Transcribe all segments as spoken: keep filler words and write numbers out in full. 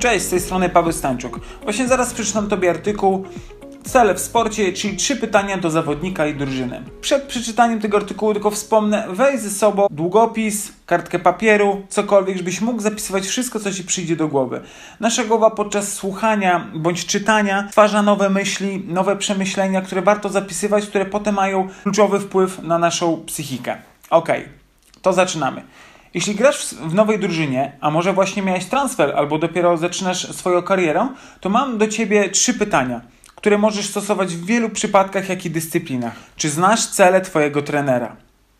Cześć, z tej strony Paweł Stańczuk. Właśnie zaraz przeczytam Tobie artykuł Cele w sporcie, czyli trzy pytania do zawodnika i drużyny. Przed przeczytaniem tego artykułu tylko wspomnę, weź ze sobą długopis, kartkę papieru, cokolwiek, żebyś mógł zapisywać wszystko, co Ci przyjdzie do głowy. Nasza głowa podczas słuchania bądź czytania stwarza nowe myśli, nowe przemyślenia, które warto zapisywać, które potem mają kluczowy wpływ na naszą psychikę. Okej, to zaczynamy. Jeśli grasz w nowej drużynie, a może właśnie miałeś transfer albo dopiero zaczynasz swoją karierę, to mam do Ciebie trzy pytania, które możesz stosować w wielu przypadkach, jak i dyscyplinach. Czy znasz cele Twojego trenera?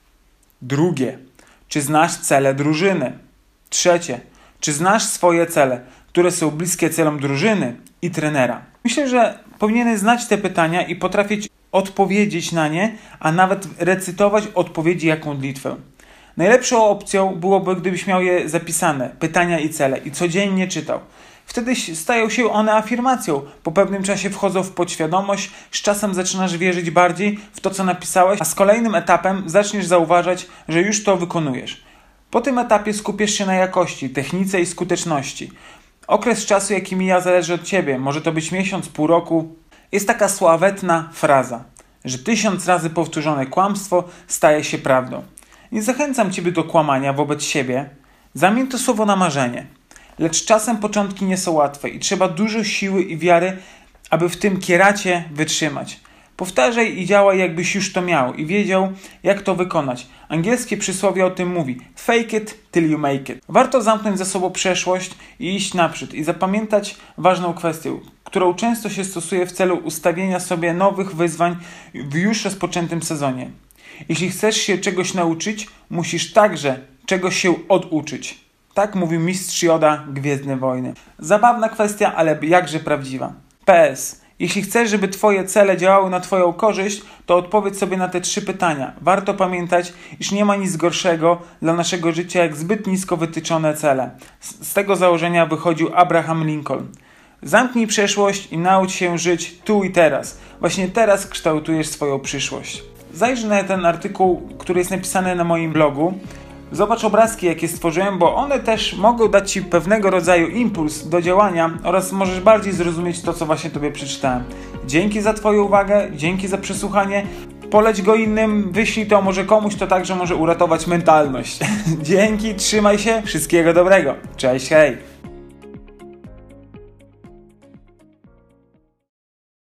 Drugie. Czy znasz cele drużyny? Trzecie. Czy znasz swoje cele, które są bliskie celom drużyny i trenera? Myślę, że powinieneś znać te pytania i potrafić odpowiedzieć na nie, a nawet recytować odpowiedzi jak modlitwę. Najlepszą opcją byłoby, gdybyś miał je zapisane, pytania i cele, i codziennie czytał. Wtedy stają się one afirmacją. Po pewnym czasie wchodzą w podświadomość, z czasem zaczynasz wierzyć bardziej w to, co napisałeś, a z kolejnym etapem zaczniesz zauważać, że już to wykonujesz. Po tym etapie skupisz się na jakości, technice i skuteczności. Okres czasu, jaki mija, zależy od Ciebie. Może to być miesiąc, pół roku. Jest taka sławetna fraza, że tysiąc razy powtórzone kłamstwo staje się prawdą. Nie zachęcam Ciebie do kłamania wobec siebie. Zamień to słowo na marzenie. Lecz czasem początki nie są łatwe i trzeba dużo siły i wiary, aby w tym kieracie wytrzymać. Powtarzaj i działaj, jakbyś już to miał i wiedział, jak to wykonać. Angielskie przysłowie o tym mówi: fake it till you make it. Warto zamknąć za sobą przeszłość i iść naprzód i zapamiętać ważną kwestię, którą często się stosuje w celu ustawienia sobie nowych wyzwań w już rozpoczętym sezonie. Jeśli chcesz się czegoś nauczyć, musisz także czegoś się oduczyć. Tak mówił mistrz Yoda Gwiezdne Wojny. Zabawna kwestia, ale jakże prawdziwa. P S. Jeśli chcesz, żeby Twoje cele działały na Twoją korzyść, to odpowiedz sobie na te trzy pytania. Warto pamiętać, iż nie ma nic gorszego dla naszego życia jak zbyt nisko wytyczone cele. Z, z tego założenia wychodził Abraham Lincoln. Zamknij przeszłość i naucz się żyć tu i teraz. Właśnie teraz kształtujesz swoją przyszłość. Zajrzyj na ten artykuł, który jest napisany na moim blogu. Zobacz obrazki, jakie stworzyłem, bo one też mogą dać Ci pewnego rodzaju impuls do działania oraz możesz bardziej zrozumieć to, co właśnie Tobie przeczytałem. Dzięki za Twoją uwagę, dzięki za przesłuchanie. Poleć go innym, wyślij to może komuś, to także może uratować mentalność. Dzięki, trzymaj się, wszystkiego dobrego. Cześć, hej!